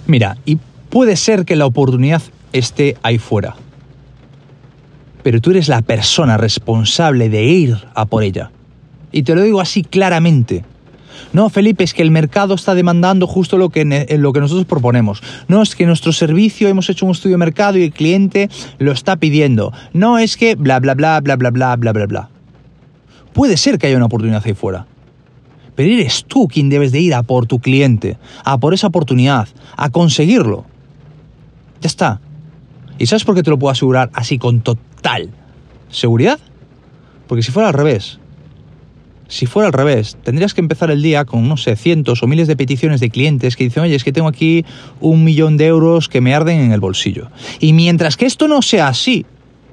Mira, y puede ser que la oportunidad esté ahí fuera, pero tú eres la persona responsable de ir a por ella. Y te lo digo así claramente. No, Felipe, es que el mercado está demandando justo lo que nosotros proponemos. No, es que nuestro servicio, hemos hecho un estudio de mercado y el cliente lo está pidiendo. No, es que bla, bla, bla, bla, bla, bla, bla, bla, bla. Puede ser que haya una oportunidad ahí fuera, pero eres tú quien debes de ir a por tu cliente, a por esa oportunidad, a conseguirlo. Ya está. ¿Y sabes por qué te lo puedo asegurar así con total seguridad? Porque si fuera al revés, tendrías que empezar el día con, no sé, cientos o miles de peticiones de clientes que dicen, oye, es que tengo aquí 1 millón de euros que me arden en el bolsillo. Y mientras que esto no sea así,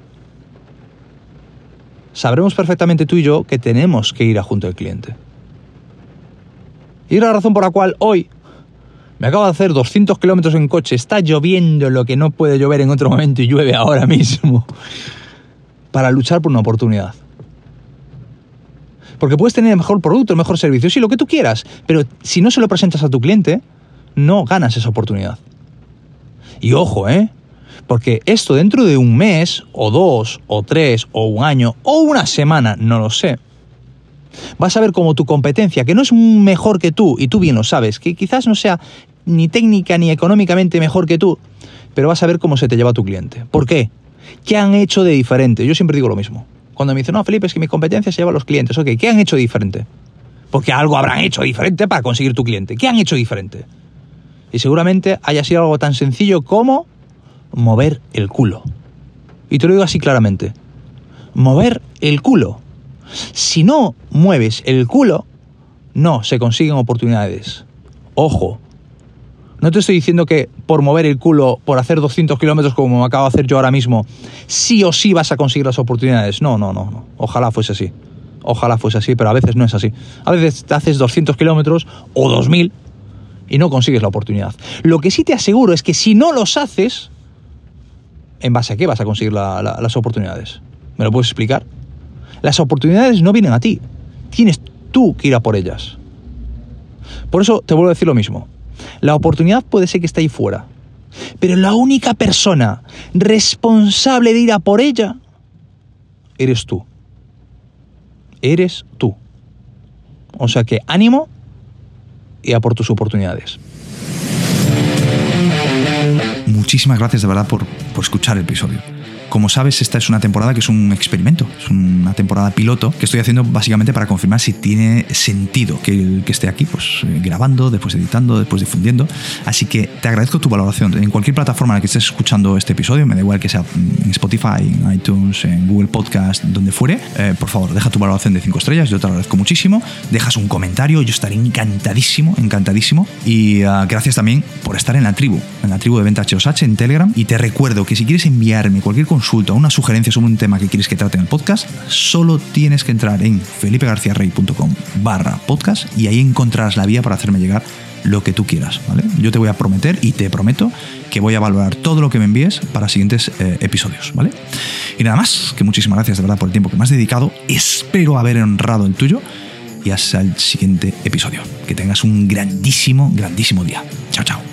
sabremos perfectamente tú y yo que tenemos que ir a junto al cliente. Y es la razón por la cual hoy me acabo de hacer 200 kilómetros en coche, está lloviendo lo que no puede llover en otro momento y llueve ahora mismo, para luchar por una oportunidad. Porque puedes tener el mejor producto, el mejor servicio, sí, lo que tú quieras, pero si no se lo presentas a tu cliente, no ganas esa oportunidad. Y ojo, porque esto dentro de 1 mes, o 2, o 3, o 1 año, o 1 semana, no lo sé, vas a ver como tu competencia, que no es mejor que tú, y tú bien lo sabes, que quizás no sea ni técnica ni económicamente mejor que tú, pero vas a ver cómo se te lleva tu cliente. ¿Por qué? ¿Qué han hecho de diferente? Yo siempre digo lo mismo. Cuando me dicen, no, Felipe, es que mi competencia se lleva a los clientes. Ok, ¿qué han hecho diferente? Porque algo habrán hecho diferente para conseguir tu cliente. ¿Qué han hecho diferente? Y seguramente haya sido algo tan sencillo como mover el culo. Y te lo digo así claramente. Mover el culo. Si no mueves el culo, no se consiguen oportunidades. Ojo. No te estoy diciendo que por mover el culo, por hacer 200 kilómetros como me acabo de hacer yo ahora mismo, sí o sí vas a conseguir las oportunidades. No. Ojalá fuese así, pero a veces no es así. A veces te haces 200 kilómetros o 2000 y no consigues la oportunidad. Lo que sí te aseguro es que si no los haces, ¿en base a qué vas a conseguir las oportunidades? ¿Me lo puedes explicar? Las oportunidades no vienen a ti. Tienes tú que ir a por ellas. Por eso te vuelvo a decir lo mismo. La oportunidad puede ser que esté ahí fuera, pero la única persona responsable de ir a por ella eres tú. Eres tú. O sea que ánimo y a por tus oportunidades. Muchísimas gracias de verdad por escuchar el episodio. Como sabes, esta es una temporada que es un experimento, es una temporada piloto que estoy haciendo básicamente para confirmar si tiene sentido que esté aquí, pues grabando, después editando, después difundiendo. Así que te agradezco tu valoración. En cualquier plataforma en la que estés escuchando este episodio, me da igual que sea en Spotify, en iTunes, en Google Podcast, donde fuere, por favor, deja tu valoración de 5 estrellas, yo te lo agradezco muchísimo. Dejas un comentario, yo estaré encantadísimo. Y gracias también por estar en la tribu de Venta HOH en Telegram. Y te recuerdo que si quieres enviarme cualquier consulta, una sugerencia sobre un tema que quieres que trate en el podcast, solo tienes que entrar en felipegarciarrey.com/podcast y ahí encontrarás la vía para hacerme llegar lo que tú quieras, ¿vale? Yo te voy a prometer y te prometo que voy a valorar todo lo que me envíes para siguientes episodios, ¿vale? Y nada más, que muchísimas gracias de verdad por el tiempo que me has dedicado. Espero haber honrado el tuyo y hasta el siguiente episodio. Que tengas un grandísimo día. Chao, chao.